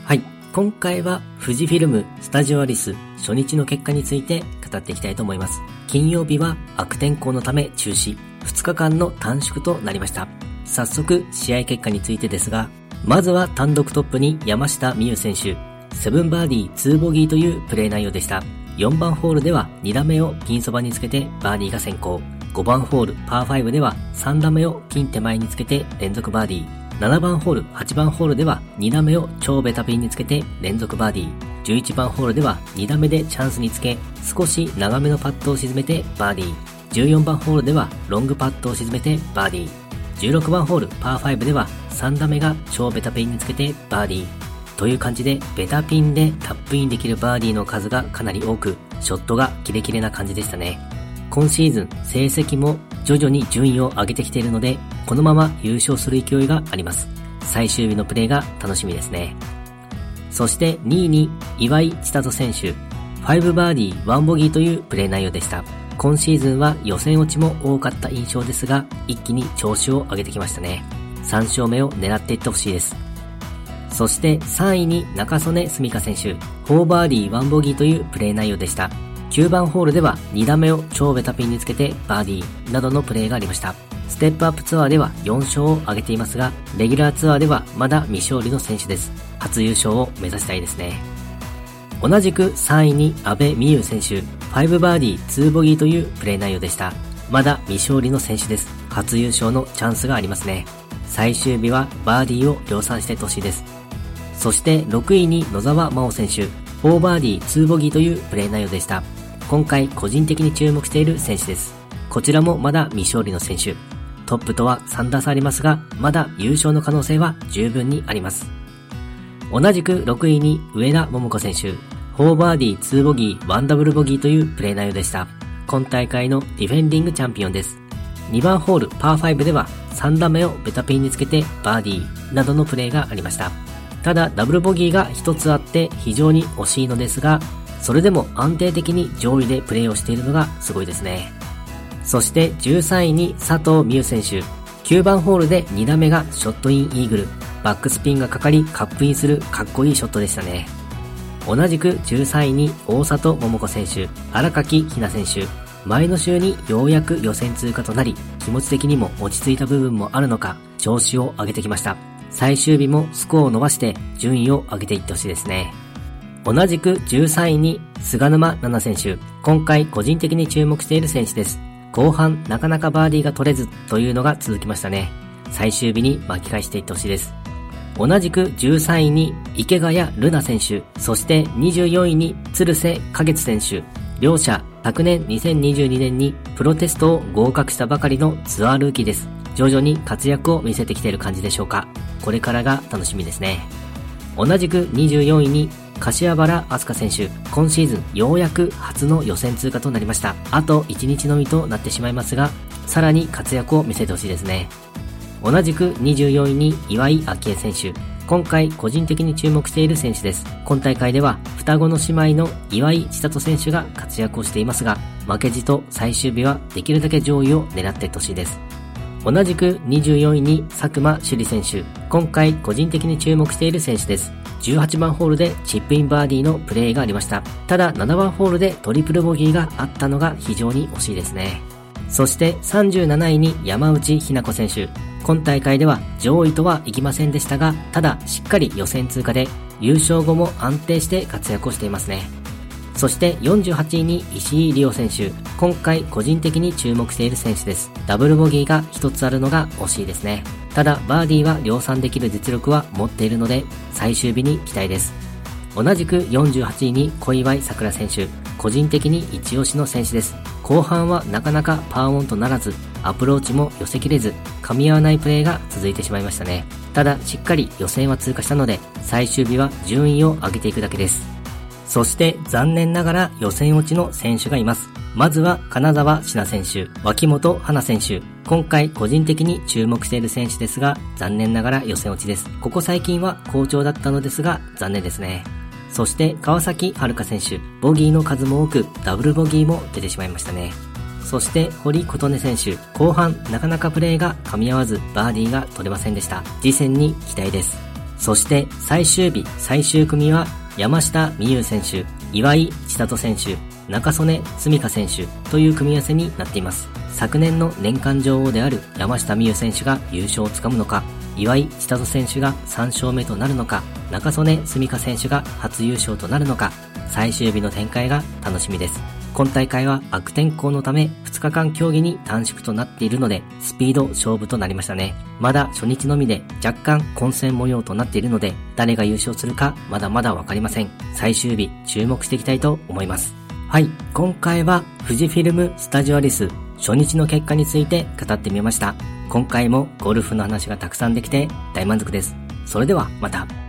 はい、今回は富士フィルムスタジオアリス初日の結果について語っていきたいと思います。金曜日は悪天候のため中止、2日間の短縮となりました。早速試合結果についてですが、まずは単独トップに山下美夢有選手、7バーディー2ボギーというプレー内容でした。4番ホールでは2打目をピンそばにつけてバーディーが先行。5番ホールパー5では3打目をピン手前につけて連続バーディー。7番ホール、8番ホールでは2打目を超ベタピンにつけて連続バーディー。11番ホールでは2打目でチャンスにつけ、少し長めのパットを沈めてバーディー。14番ホールではロングパットを沈めてバーディー。16番ホール、パー5では3打目が超ベタピンにつけてバーディー。という感じで、ベタピンでタップインできるバーディーの数がかなり多く、ショットがキレキレな感じでしたね。今シーズン、成績も徐々に順位を上げてきているので、このまま優勝する勢いがあります。最終日のプレーが楽しみですね。そして2位に岩井千怜選手、5バーディー1ボギーというプレー内容でした。今シーズンは予選落ちも多かった印象ですが、一気に調子を上げてきましたね。3勝目を狙っていってほしいです。そして3位に中曽根澄香選手、4バーディー1ボギーというプレー内容でした。9番ホールでは2打目を超ベタピンにつけてバーディーなどのプレーがありました。ステップアップツアーでは4勝を挙げていますが、レギュラーツアーではまだ未勝利の選手です。初優勝を目指したいですね。同じく3位に阿部未悠選手、5バーディー2ボギーというプレー内容でした。まだ未勝利の選手です。初優勝のチャンスがありますね。最終日はバーディーを量産してほしいです。そして6位に野沢真央選手、4バーディー2ボギーというプレー内容でした。今回個人的に注目している選手です。こちらもまだ未勝利の選手。トップとは3打差ありますが、まだ優勝の可能性は十分にあります。同じく6位に上田桃子選手、4バーディー2ボギー1ダブルボギーというプレー内容でした。今大会のディフェンディングチャンピオンです。2番ホールパー5では3打目をベタピンにつけてバーディーなどのプレーがありました。ただダブルボギーが1つあって非常に惜しいのですが、それでも安定的に上位でプレーをしているのがすごいですね。そして13位に佐藤美優選手、9番ホールで2打目がショットインイーグル、バックスピンがかかりカップインするかっこいいショットでしたね。同じく13位に大里桃子選手、荒垣ひな選手、前の週にようやく予選通過となり、気持ち的にも落ち着いた部分もあるのか、調子を上げてきました。最終日もスコアを伸ばして順位を上げていってほしいですね。同じく13位に菅沼菜々選手、今回個人的に注目している選手です。後半なかなかバーディーが取れずというのが続きましたね。最終日に巻き返していってほしいです。同じく13位に池谷瑠奈選手、そして24位に鶴瀬花月選手、両者昨年2022年にプロテストを合格したばかりのツアールーキーです。徐々に活躍を見せてきている感じでしょうか。これからが楽しみですね。同じく24位に柏原明日香選手、今シーズンようやく初の予選通過となりました。あと1日のみとなってしまいますが、さらに活躍を見せてほしいですね。同じく24位に岩井明愛選手、今回個人的に注目している選手です。今大会では双子の姉妹の岩井千怜選手が活躍をしていますが、負けじと最終日はできるだけ上位を狙っていってほしいです。同じく24位に佐久間朱莉選手、今回個人的に注目している選手です。18番ホールでチップインバーディーのプレーがありました。ただ7番ホールでトリプルボギーがあったのが非常に惜しいですね。そして37位に山内日菜子選手、今大会では上位とはいきませんでしたが、ただしっかり予選通過で優勝後も安定して活躍をしていますね。そして48位に石井理緒選手、今回個人的に注目している選手です。ダブルボギーが一つあるのが惜しいですね。ただバーディーは量産できる実力は持っているので、最終日に期待です。同じく48位に小祝さくら選手、個人的に一押しの選手です。後半はなかなかパーオンとならず、アプローチも寄せきれず、噛み合わないプレーが続いてしまいましたね。ただしっかり予選は通過したので、最終日は順位を上げていくだけです。そして残念ながら予選落ちの選手がいます。まずは金沢志奈選手、脇本花選手、今回個人的に注目している選手ですが、残念ながら予選落ちです。ここ最近は好調だったのですが残念ですね。そして川崎春花選手、ボギーの数も多くダブルボギーも出てしまいましたね。そして堀琴音選手、後半なかなかプレーが噛み合わずバーディーが取れませんでした。次戦に期待です。 そして最終日、最終組は山下美夢有選手、岩井千怜選手、中曽根澄香選手という組み合わせになっています。昨年の年間女王である山下美夢有選手が優勝をつかむのか、岩井千怜選手が3勝目となるのか、中曽根澄香選手が初優勝となるのか、最終日の展開が楽しみです。今大会は悪天候のため2日間競技に短縮となっているので、スピード勝負となりましたね。まだ初日のみで若干混戦模様となっているので、誰が優勝するかまだまだわかりません。最終日注目していきたいと思います。はい、今回は富士フィルムスタジオアリス初日の結果について語ってみました。今回もゴルフの話がたくさんできて大満足です。それではまた。